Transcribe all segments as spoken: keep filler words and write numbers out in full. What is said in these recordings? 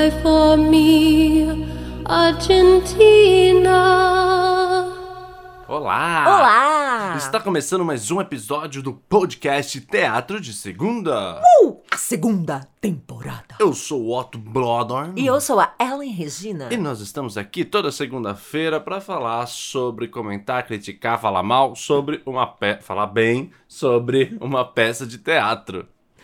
cry for me, Argentina. Olá! Olá! Está começando mais um episódio do podcast Teatro de Segunda. Uh, a segunda temporada. Eu sou o Otto Blodorn. E eu sou a Ellen Regina. E nós estamos aqui toda segunda-feira para falar sobre, comentar, criticar, falar mal sobre uma peça, falar bem sobre uma peça de teatro.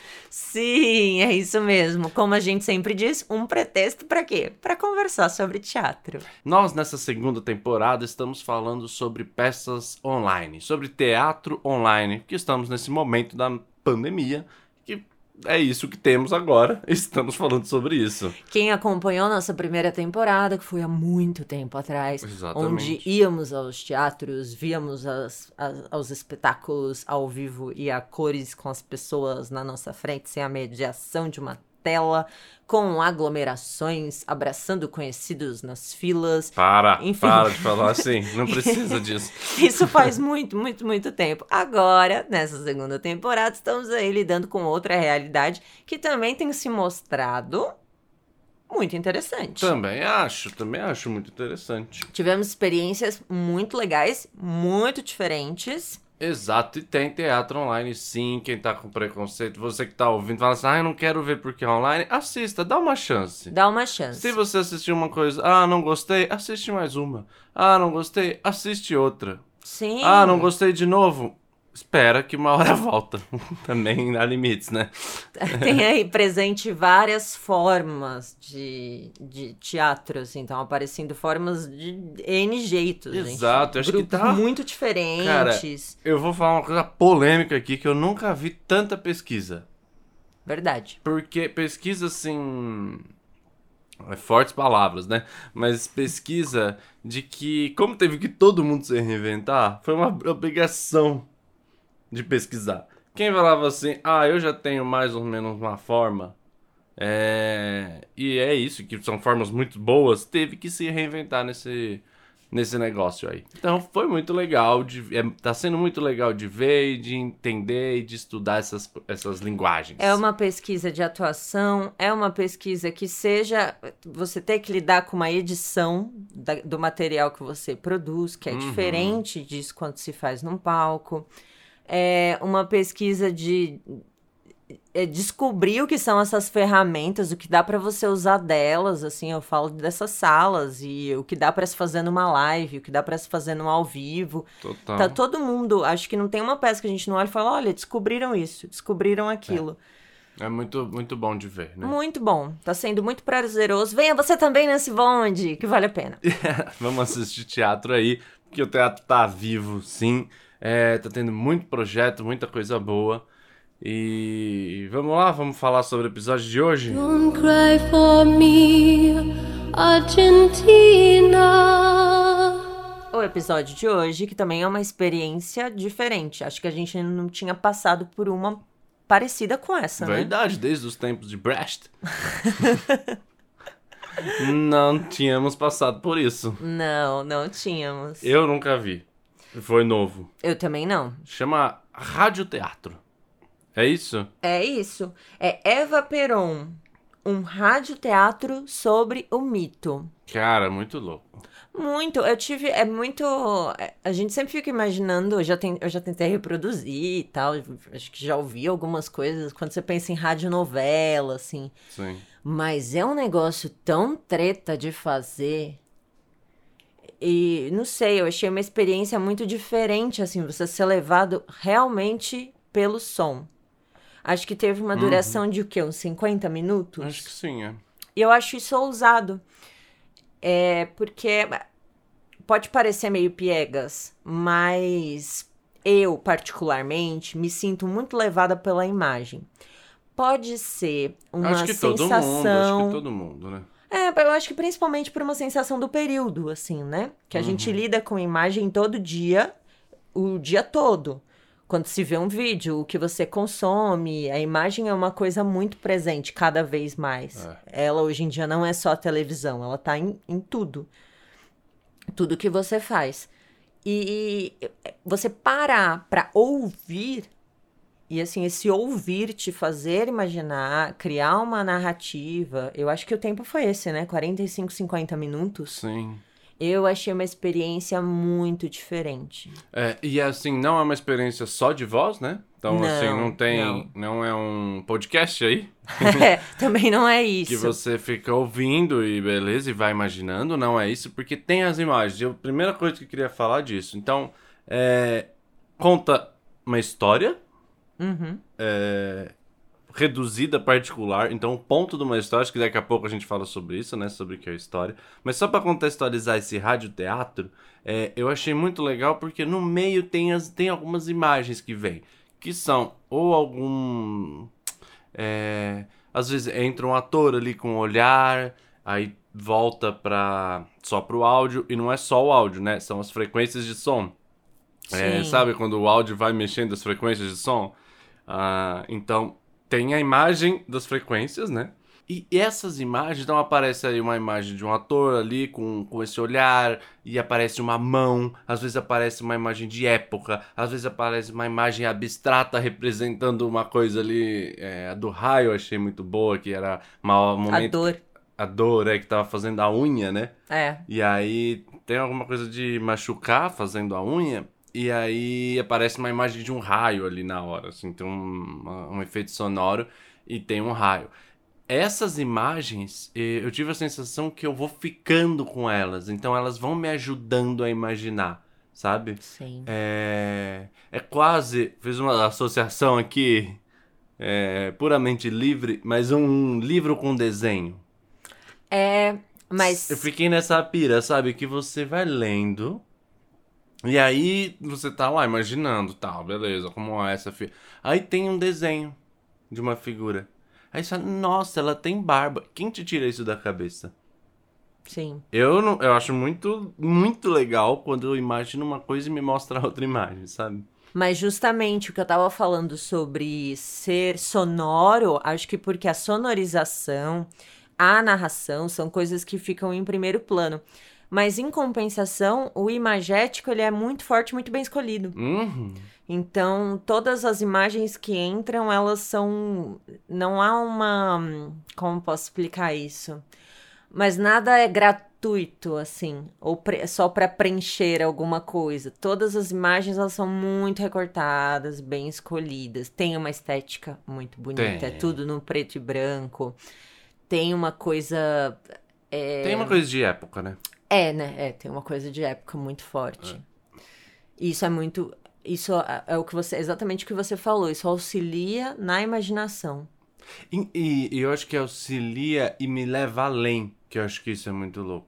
Sim, é isso mesmo. Como a gente sempre diz, um pretexto para quê? Para conversar sobre teatro. Nós, nessa segunda temporada, estamos falando sobre peças online, sobre teatro online, que estamos nesse momento da pandemia, que é isso que temos agora, estamos falando sobre isso. Quem acompanhou nossa primeira temporada, que foi há muito tempo atrás, Exatamente. onde íamos aos teatros, víamos as, as, aos espetáculos ao vivo e a cores com as pessoas na nossa frente, sem a mediação de uma tela, com aglomerações, abraçando conhecidos nas filas. Para, Enfim. para de falar assim, não precisa disso. Isso faz muito, muito, muito tempo. Agora, nessa segunda temporada, estamos aí lidando com outra realidade que também tem se mostrado muito interessante. Também acho, também acho muito interessante. Tivemos experiências muito legais, muito diferentes. Exato, e tem teatro online sim, quem tá com preconceito, você que tá ouvindo, fala assim, ah, eu não quero ver porque é online, assista, dá uma chance. Dá uma chance. Se você assistir uma coisa, ah, não gostei, assiste mais uma. Ah, não gostei, assiste outra. Sim. Ah, não gostei de novo, espera que uma hora volta. Também há limites, né? Tem aí presente várias formas de, de teatro, assim, estão aparecendo formas de N jeitos, gente. Exato, eu acho que Grupos tá... muito diferentes. Cara, eu vou falar uma coisa polêmica aqui, que eu nunca vi tanta pesquisa. Verdade. Porque pesquisa, assim... É fortes palavras, né? Mas pesquisa de que, como teve que todo mundo se reinventar, foi uma obrigação de pesquisar. Quem falava assim, ah, eu já tenho mais ou menos uma forma, é... e é isso, que são formas muito boas, teve que se reinventar nesse, nesse negócio aí. Então foi muito legal, de... é, tá sendo muito legal de ver e de entender e de estudar essas, essas linguagens. É uma pesquisa de atuação, é uma pesquisa que seja... Você tem que lidar com uma edição da, do material que você produz, que é Uhum. diferente disso quando se faz num palco. É uma pesquisa de é descobrir o que são essas ferramentas, o que dá para você usar delas, assim, eu falo dessas salas, e o que dá para se fazer numa live, o que dá para se fazer no ao vivo. Total. Tá todo mundo, acho que não tem uma peça que a gente não olha e fala, olha, descobriram isso, descobriram aquilo. É muito, muito bom de ver, né? Muito bom, tá sendo muito prazeroso. Venha você também nesse bonde, que vale a pena. Vamos assistir teatro aí, porque o teatro tá vivo, sim. É, tá tendo muito projeto, muita coisa boa. E vamos lá, vamos falar sobre o episódio de hoje? Don't cry for me, Argentina. O episódio de hoje, que também é uma experiência diferente. Acho que a gente não tinha passado por uma parecida com essa, né? Verdade, desde os tempos de Brecht. Não tínhamos passado por isso. Não, não tínhamos. Eu nunca vi. Foi novo. Eu também não. Chama Radioteatro. É isso? É isso. É Eva Peron, um radioteatro sobre o mito. Cara, muito louco. Muito, eu tive, é muito, a gente sempre fica imaginando, eu já, ten, eu já tentei reproduzir e tal, acho que já ouvi algumas coisas, quando você pensa em radionovela, assim. Sim. Mas é um negócio tão treta de fazer. E, não sei, eu achei uma experiência muito diferente, assim, você ser levado realmente pelo som. Acho que teve uma duração uhum. de o quê? Uns cinquenta minutos? Acho que sim, é. E eu acho isso ousado. É, porque pode parecer meio piegas, mas eu, particularmente, me sinto muito levada pela imagem. Pode ser uma acho que sensação... todo mundo, acho que todo mundo, né? É, eu acho que principalmente por uma sensação do período, assim, né? Que a uhum. gente lida com imagem todo dia, o dia todo. Quando se vê um vídeo, o que você consome, a imagem é uma coisa muito presente, cada vez mais. É. Ela, hoje em dia, não é só a televisão, ela tá em, em tudo. Tudo que você faz. E, e você parar pra ouvir E assim, esse ouvir te fazer imaginar, criar uma narrativa, eu acho que o tempo foi esse, né? quarenta e cinco, cinquenta minutos. Sim. Eu achei uma experiência muito diferente. É, e assim, não é uma experiência só de voz, né? Então, assim, não Não, tem. Não. é um podcast aí É, também não é que isso. você fica ouvindo e beleza, e vai imaginando. Não é isso, porque tem as imagens. E a primeira coisa que eu queria falar disso. Então, é, conta uma história. Uhum. É, reduzida, particular. Então, o ponto de uma história, acho que daqui a pouco a gente fala sobre isso, né? Sobre o que é história. Mas só para contextualizar esse radioteatro, é, eu achei muito legal porque no meio tem, as, tem algumas imagens que vêm. Que são ou algum... É, às vezes entra um ator ali com um olhar, aí volta pra, só pro áudio. E não é só o áudio, né? São as frequências de som. É, Sim. sabe quando o áudio vai mexendo as frequências de som? Ah, então, tem a imagem das frequências, né? E essas imagens, então aparece aí uma imagem de um ator ali com, com esse olhar, e aparece uma mão, às vezes aparece uma imagem de época, às vezes aparece uma imagem abstrata representando uma coisa ali, é, a do raio eu achei muito boa, que era uma, um A momento... dor. A dor, é, que tava fazendo a unha, né? É. E aí tem alguma coisa de machucar fazendo a unha. E aí aparece uma imagem de um raio ali na hora, assim, tem um, uma- um efeito sonoro e tem um raio. Essas imagens, eh, eu tive a sensação que eu vou ficando com elas, então elas vão me ajudando a imaginar, sabe? Sim. É, é quase, fiz uma associação aqui, é, puramente livre, mas um livro com desenho. É, mas... Eu fiquei nessa pira, sabe? Que você vai lendo... E aí você tá lá imaginando, tal, beleza, como é essa figura. Aí tem um desenho de uma figura. Aí você fala, nossa, ela tem barba. Quem te tira isso da cabeça? Sim. Eu, não, eu acho muito, muito legal quando eu imagino uma coisa e me mostra outra imagem, sabe? Mas justamente o que eu tava falando sobre ser sonoro, acho que porque a sonorização, a narração são coisas que ficam em primeiro plano. Mas em compensação, o imagético ele é muito forte, muito bem escolhido. Uhum. Então, todas as imagens que entram, elas são... Não há uma... Como posso explicar isso? Mas nada é gratuito, assim, ou pre- só para preencher alguma coisa. Todas as imagens, elas são muito recortadas, bem escolhidas. Tem uma estética muito bonita, é Tem. tudo no preto e branco. Tem uma coisa... É, Tem uma coisa de época, né? é, né? É, tem uma coisa de época muito forte. Isso é muito... Isso é é o que você... Exatamente o que você falou. Isso auxilia na imaginação. E, e- e eu acho que auxilia e me leva além, que eu acho que isso é muito louco.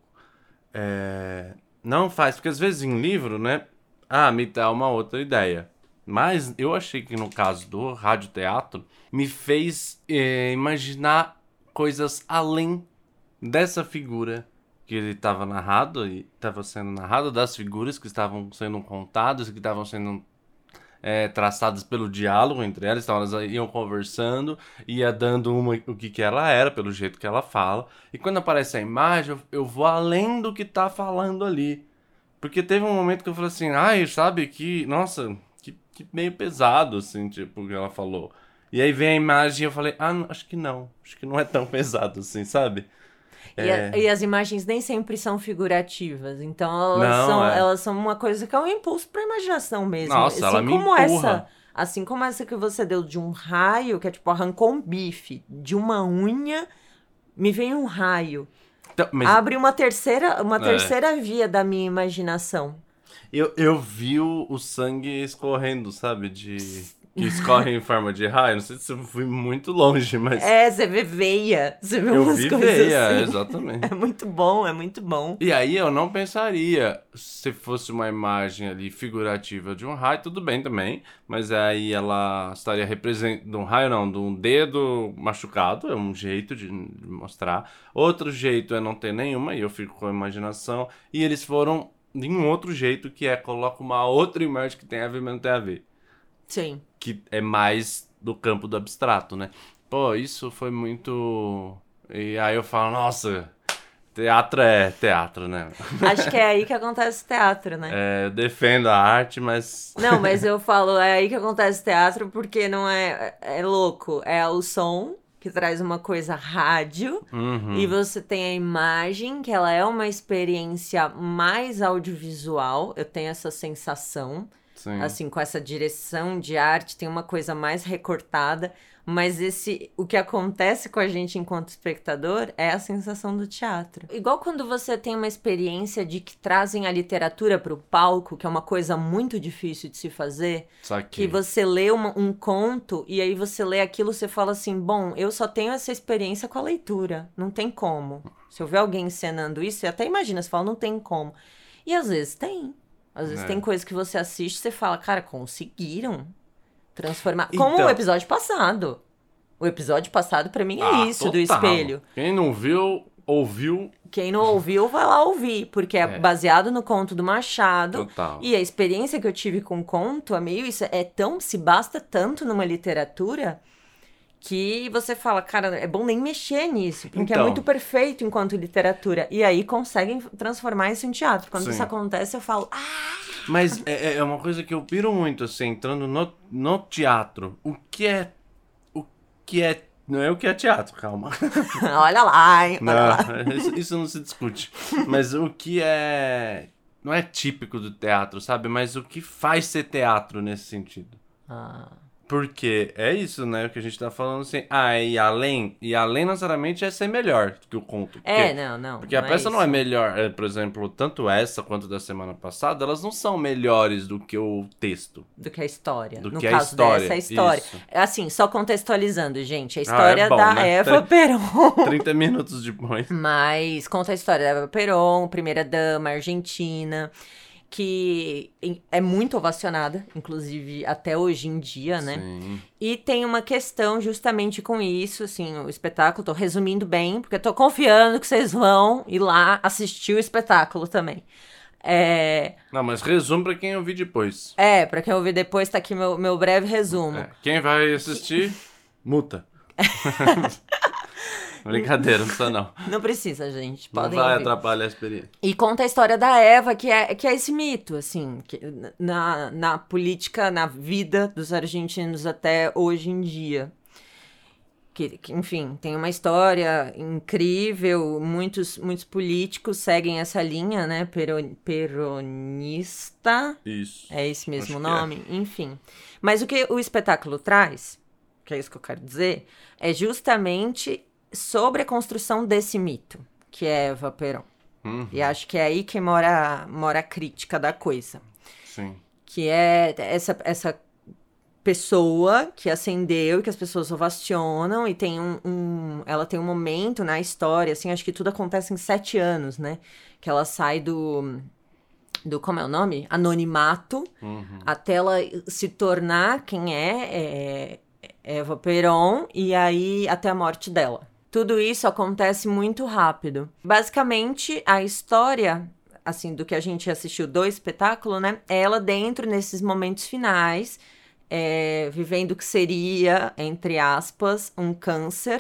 É, não faz, porque às vezes em livro, né? Ah, me dá uma outra ideia. Mas eu achei que no caso do radioteatro, me fez é, imaginar coisas além dessa figura que ele estava narrado e estava sendo narrado, das figuras que estavam sendo contadas, que estavam sendo é, traçadas pelo diálogo entre elas, então elas iam conversando, ia dando uma o que, que ela era, pelo jeito que ela fala. E quando aparece a imagem, eu, eu vou além do que tá falando ali. Porque teve um momento que eu falei assim, ai, sabe, que, nossa, que, que meio pesado, assim, tipo, o que ela falou. E aí vem a imagem e eu falei, ah, acho que não, acho que não é tão pesado assim, sabe? E, a- e as imagens nem sempre são figurativas, então elas Não, são, é. elas são uma coisa que é um impulso para imaginação mesmo. Nossa, assim ela me como empurra. essa, assim como essa que você deu de um raio, que é tipo arrancou um bife, de uma unha, me vem um raio. Então, mas Abre uma terceira, uma É. terceira via da minha imaginação. eu, eu vi o, o sangue escorrendo, sabe? De. Que escorre em forma de raio. Não sei se eu fui muito longe, mas. É, você vê veia, você vê eu umas vi coisas veia, assim. exatamente. É muito bom, é muito bom. E aí eu não pensaria se fosse uma imagem ali figurativa de um raio, tudo bem também, mas aí ela estaria representando um raio, não, de um dedo machucado, é um jeito de de mostrar. Outro jeito é não ter nenhuma, e eu fico com a imaginação. E eles foram de um outro jeito, que é coloca uma outra imagem que tem a ver, mas não tem a ver. Sim. Que é mais do campo do abstrato, né? Pô, isso foi muito... E aí eu falo, nossa... Teatro é teatro, né? Acho que é aí que acontece o teatro, né? É, eu defendo a arte, mas... Não, mas eu falo, é aí que acontece o teatro porque não é... É louco, é o som que traz uma coisa rádio Uhum. e você tem a imagem, que ela é uma experiência mais audiovisual, eu tenho essa sensação, Sim. assim, com essa direção de arte, tem uma coisa mais recortada, mas esse, o que acontece com a gente enquanto espectador é a sensação do teatro. Igual quando você tem uma experiência de que trazem a literatura para o palco, que é uma coisa muito difícil de se fazer, Saquei. que você lê uma, um conto e aí você lê aquilo, você fala assim, bom, eu só tenho essa experiência com a leitura, não tem como. Se eu ver alguém encenando isso, você até imagina, você fala, não tem como. E às vezes tem. Às vezes É. tem coisas que você assiste e você fala, cara, conseguiram transformar. Então- Como o episódio passado. O episódio passado, pra mim, é Ah, isso, do total. espelho. Quem não viu, ouviu, Quem não ouviu, vai lá ouvir, porque é, É. baseado no conto do Machado. total. E a experiência que eu tive com conto é meio isso. É tão, se basta tanto numa literatura que você fala, cara, é bom nem mexer nisso, porque é Então. muito perfeito enquanto literatura. E aí conseguem transformar isso em teatro. Quando Sim. isso acontece, eu falo, ah, Mas é, é uma coisa que eu piro muito, assim, entrando no, no teatro. O que é... O que é... Não é o que é teatro, calma. olha lá, hein, olha lá. Não, isso, isso não se discute. Mas o que é... Não é típico do teatro, sabe? Mas o que faz ser teatro nesse sentido. Ah. Porque é isso, né? O que a gente tá falando assim. Ah, e além... E além, necessariamente, é ser melhor que o conto. É, Porque- não, não. Porque a não peça não é isso. melhor, é, por exemplo, tanto essa quanto da semana passada, elas não são melhores do que o texto. Do que a história. Do no que a caso história, dessa, é a história. isso. Assim, só contextualizando, gente. A Ah, história é bom, da né? Eva Tem- Peron. trinta minutos depois. Mas conta a história da Eva Peron, primeira-dama argentina, que é muito ovacionada, inclusive até hoje em dia, né? Sim. E tem uma questão justamente com isso, assim, o espetáculo, tô resumindo bem, porque eu tô confiando que vocês vão ir lá assistir o espetáculo também. É, Não, mas resumo pra quem ouvir depois. é pra quem ouvir depois, tá aqui meu, meu breve resumo. É, quem vai assistir, multa. Brincadeira, não precisa não. Não precisa, gente, Não podem vai ouvir. atrapalhar a experiência. E conta a história da Eva, que é, que é esse mito, assim, que na, na política, na vida dos argentinos até hoje em dia. Que, que, enfim, tem uma história incrível, muitos, muitos políticos seguem essa linha, né, peron, peronista, Isso. é esse mesmo Acho que nome, enfim. Mas o que o espetáculo traz, que é isso que eu quero dizer, é justamente sobre a construção desse mito, que é Eva Peron. Uhum, E acho que é aí que mora, mora a crítica da coisa. sim. Que é essa, essa pessoa que ascendeu, que as pessoas ovacionam, e tem um, um... Ela tem um momento na história, assim, acho que tudo acontece em sete anos, né? Que ela sai do... do como é o nome? Anonimato, Uhum. até ela se tornar quem é, é Eva Peron, e aí até a morte dela. Tudo isso acontece muito rápido. Basicamente, a história, assim, do que a gente assistiu do espetáculo, né? É ela dentro, nesses momentos finais, é, vivendo o que seria, entre aspas, um câncer.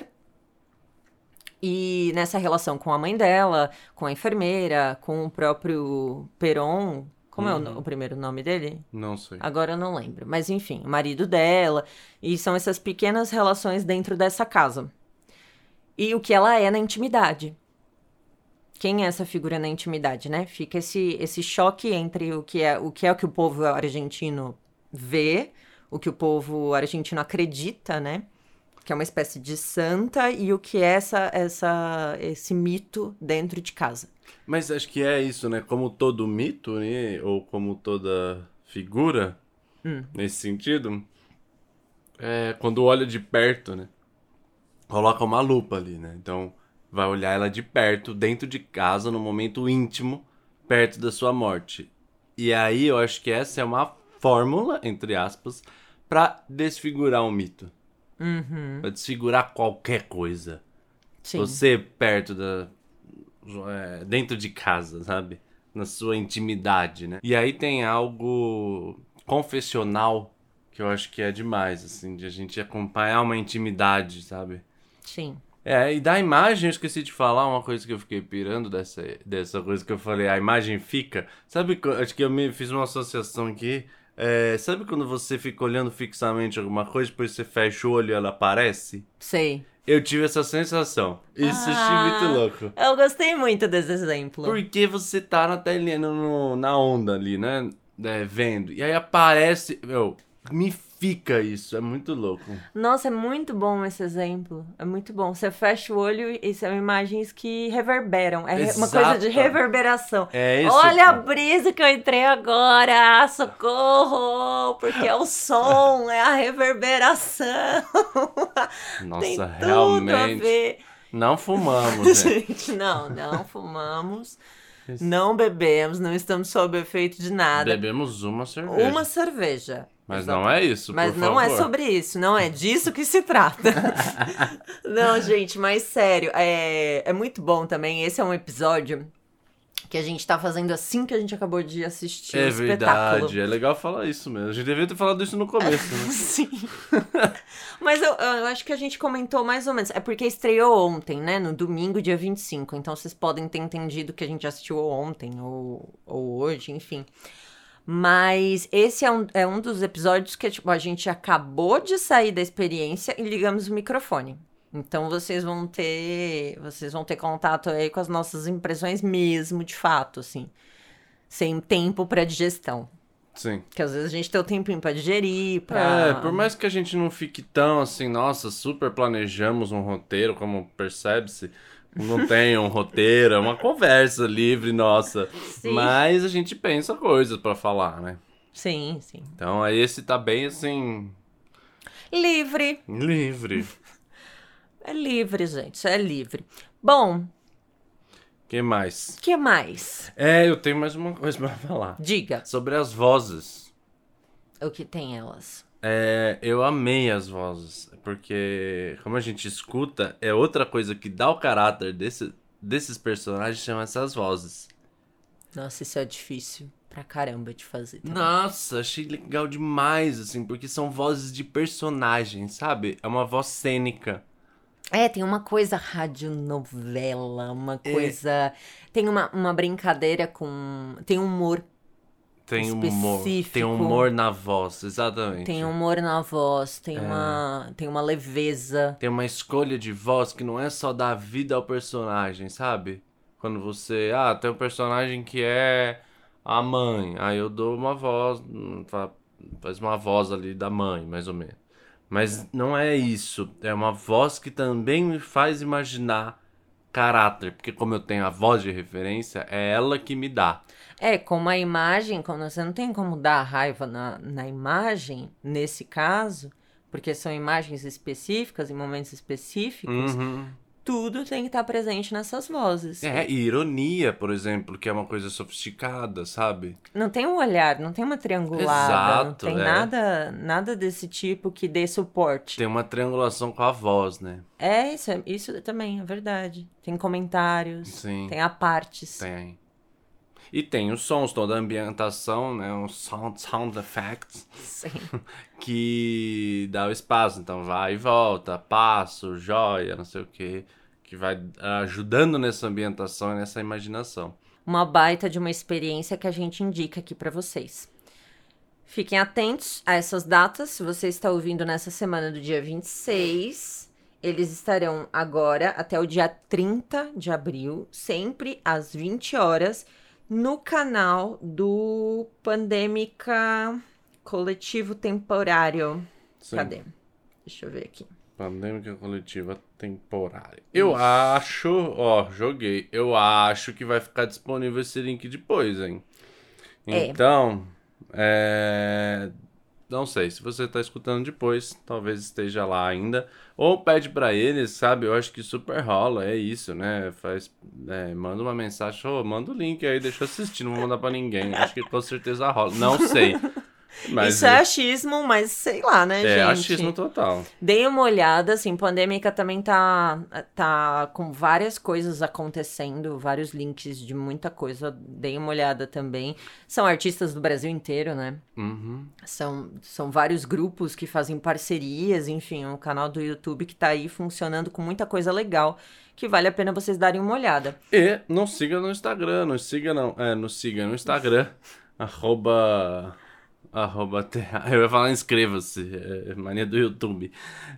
E nessa relação com a mãe dela, com a enfermeira, com o próprio Peron. Como é o, no- o primeiro nome dele? Não sei. Agora eu não lembro. Mas enfim, o marido dela. E são essas pequenas relações dentro dessa casa. E o que ela é na intimidade. Quem é essa figura na intimidade, né? Fica esse, esse choque entre o que, é, o que é o que o povo argentino vê, o que o povo argentino acredita, né? Que é uma espécie de santa, e o que é essa, essa, esse mito dentro de casa. Mas acho que é isso, né? Como todo mito, né? Ou como toda figura, Hum. nesse sentido, é quando olha de perto, né? Coloca uma lupa ali, né? Então, vai olhar ela de perto, dentro de casa, no momento íntimo, perto da sua morte. E aí, eu acho que essa é uma fórmula, entre aspas, pra desfigurar um mito. Uhum. Pra desfigurar qualquer coisa. Sim. Você perto da... é, dentro de casa, sabe? Na sua intimidade, né? E aí tem algo confessional que eu acho que é demais, assim, de a gente acompanhar uma intimidade, sabe? Sim. É, e da imagem, eu esqueci de falar uma coisa que eu fiquei pirando dessa, dessa coisa que eu falei, a imagem fica. Sabe, co- acho que eu me fiz uma associação aqui. É, sabe quando você fica olhando fixamente alguma coisa, depois você fecha o olho e ela aparece? Sei. Eu tive essa sensação. Isso eu achei muito Ah, louco. Eu gostei muito desse exemplo. Porque você tá na telinha, no, no- na onda ali, né? É, vendo. E aí aparece. Meu, me fica isso. É muito louco. Nossa, é muito bom esse exemplo. É muito bom. Você fecha o olho e são imagens que reverberam. É re- uma coisa de Exato. reverberação. É isso. Olha a pô. brisa que eu entrei agora! Socorro! Porque é o som, é a reverberação. Nossa, Tem tudo a realmente. ver. Não fumamos, né? Gente, não, não fumamos, não bebemos, não estamos sob efeito de nada. Bebemos uma cerveja. Uma cerveja. Mas Exato. não é isso, Mas por não favor. é sobre isso, não é disso que se trata. Não, gente, mas sério, é, é muito bom também. Esse é um episódio que a gente tá fazendo assim que a gente acabou de assistir o É espetáculo. verdade, é legal falar isso mesmo. A gente devia ter falado isso no começo, né? Sim. Mas eu, eu acho que a gente comentou mais ou menos. É porque estreou ontem, né? No domingo, dia vinte e cinco. Então vocês podem ter entendido que a gente assistiu ontem ou, ou hoje, enfim. Mas esse é um, é um dos episódios que tipo, a gente acabou de sair da experiência e ligamos o microfone. Então vocês vão ter. Vocês vão ter contato aí com as nossas impressões mesmo, de fato, assim. Sem tempo pra digestão. Sim. Porque às vezes a gente tem o tempinho pra digerir, pra... É, por mais que a gente não fique tão assim, nossa, super planejamos um roteiro, como percebe-se, não tem um roteiro, é uma conversa livre nossa. Sim. Mas a gente pensa coisas pra falar, né? Sim, sim. Então aí esse tá bem assim, Livre. livre. É livre, gente. Isso é livre. Bom, Que mais? o que mais? É, eu tenho mais uma coisa pra falar. Diga. Sobre as vozes. O que tem elas? É, eu amei as vozes, porque como a gente escuta, é outra coisa que dá o caráter desse, desses personagens, chama essas vozes. Nossa, isso é difícil pra caramba de fazer. também. Nossa, achei legal demais, assim, porque são vozes de personagens, sabe? É uma voz cênica. É, tem uma coisa radionovela, uma coisa... Tem uma, uma brincadeira com... Tem humor. Tem humor, Específico. tem humor na voz, exatamente. Tem humor na voz, tem, uma, tem uma leveza. Tem uma escolha de voz que não é só dar vida ao personagem, sabe? Quando você... Ah, tem um personagem que é a mãe. Aí eu dou uma voz... hum, fa- Faz uma voz ali da mãe, mais ou menos. Mas não é isso. É uma voz que também me faz imaginar caráter. Porque como eu tenho a voz de referência, é ela que me dá. É, como a imagem, quando você não tem como dar raiva na, na imagem, nesse caso, porque são imagens específicas, em momentos específicos, Uhum. tudo tem que estar presente nessas vozes. É, e ironia, por exemplo, que é uma coisa sofisticada, sabe? Não tem um olhar, não tem uma triangulada, não Exato, tem é. nada, nada desse tipo que dê suporte. Tem uma triangulação com a voz, né? É, isso, é- isso também é verdade. Tem comentários, Sim. tem apartes. Tem. E tem os sons, toda a ambientação, né? Os sound, sound effects Sim. que dá o espaço. Então vai e volta, passo, joia, não sei o quê. Que vai ajudando nessa ambientação e nessa imaginação. Uma baita de uma experiência que a gente indica aqui pra vocês. Fiquem atentos a essas datas. Se você está ouvindo nessa semana do dia vinte e seis, eles estarão agora até o dia trinta de abril, sempre às vinte horas, no canal do Pandêmica Coletivo Temporário. Sim. Cadê? Deixa eu ver aqui. Pandêmica coletiva temporária. Eu acho, ó, joguei. Eu acho que vai ficar disponível esse link depois, hein? É. Então, é... não sei, se você tá escutando depois, talvez esteja lá ainda. Ou pede pra eles, sabe? Eu acho que super rola, é isso, né? Faz, é, manda uma mensagem, ô, manda o link aí, deixa eu assistir, não vou mandar pra ninguém. Acho que com certeza rola. Não sei. Mas Isso é achismo, mas sei lá, né, é gente? achismo total. Deem uma olhada, assim, Pandêmica também tá, tá com várias coisas acontecendo, vários links de muita coisa, deem uma olhada também. São artistas do Brasil inteiro, né? Uhum. São, são vários grupos que fazem parcerias, enfim, um canal do YouTube que tá aí funcionando com muita coisa legal, que vale a pena vocês darem uma olhada. E nos siga no Instagram, nos siga não, é, nos siga no Instagram, arroba... Arroba teatro. Eu ia falar inscreva-se, é mania do YouTube.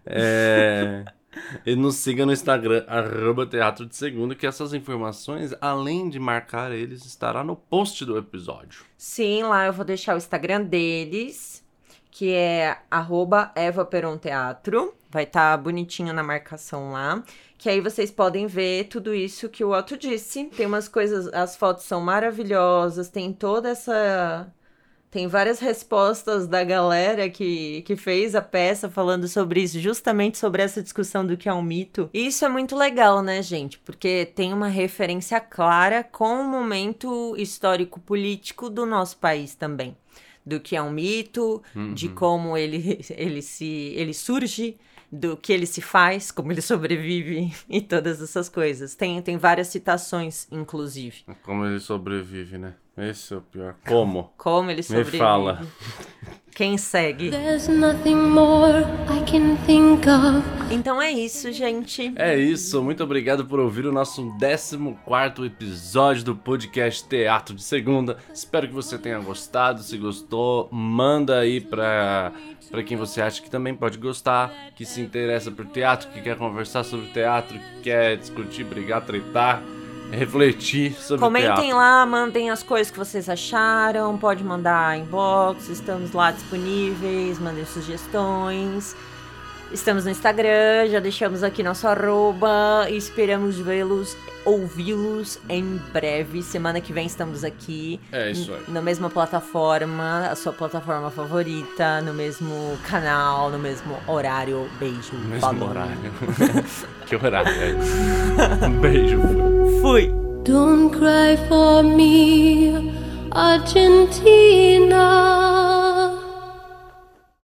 É... E nos siga no Instagram, arroba Teatro de Segunda, que essas informações, além de marcar eles, estará no post do episódio. Sim, lá eu vou deixar o Instagram deles, que é arroba Eva Peron Teatro. Vai estar bonitinho na marcação lá. Que aí vocês podem ver tudo isso que o Otto disse. Tem umas coisas, as fotos são maravilhosas, tem toda essa... Tem várias respostas da galera que, que fez a peça falando sobre isso, justamente sobre essa discussão do que é um mito. E isso é muito legal, né, gente? Porque tem uma referência clara com o momento histórico-político do nosso país também. Do que é um mito, Uhum. de como ele, ele, se, ele surge, do que ele se faz, como ele sobrevive e todas essas coisas. Tem, tem várias citações, inclusive. Como ele sobrevive, né? Esse é o pior. Como? Como ele sobrevive. Me fala. Quem segue? There's nothing more I can think of. Então é isso, gente. É isso, muito obrigado por ouvir o nosso décimo quarto episódio do podcast Teatro de Segunda. Espero que você tenha gostado. Se gostou, manda aí pra, pra quem você acha que também pode gostar, que se interessa por teatro, que quer conversar sobre teatro, que quer discutir, brigar, tretar, refletir sobre Comentem teatro. lá, mandem as coisas que vocês acharam. Pode mandar inbox, estamos lá disponíveis. Mandem sugestões. Estamos no Instagram, já deixamos aqui nosso arroba. E esperamos vê-los, ouvi-los em breve. Semana que vem estamos aqui. É isso aí. n- Na mesma plataforma, a sua plataforma favorita, no mesmo canal, no mesmo horário. Beijo. Mesmo falou. horário. Que horário é esse? Um beijo. Fui! Don't cry for me, Argentina.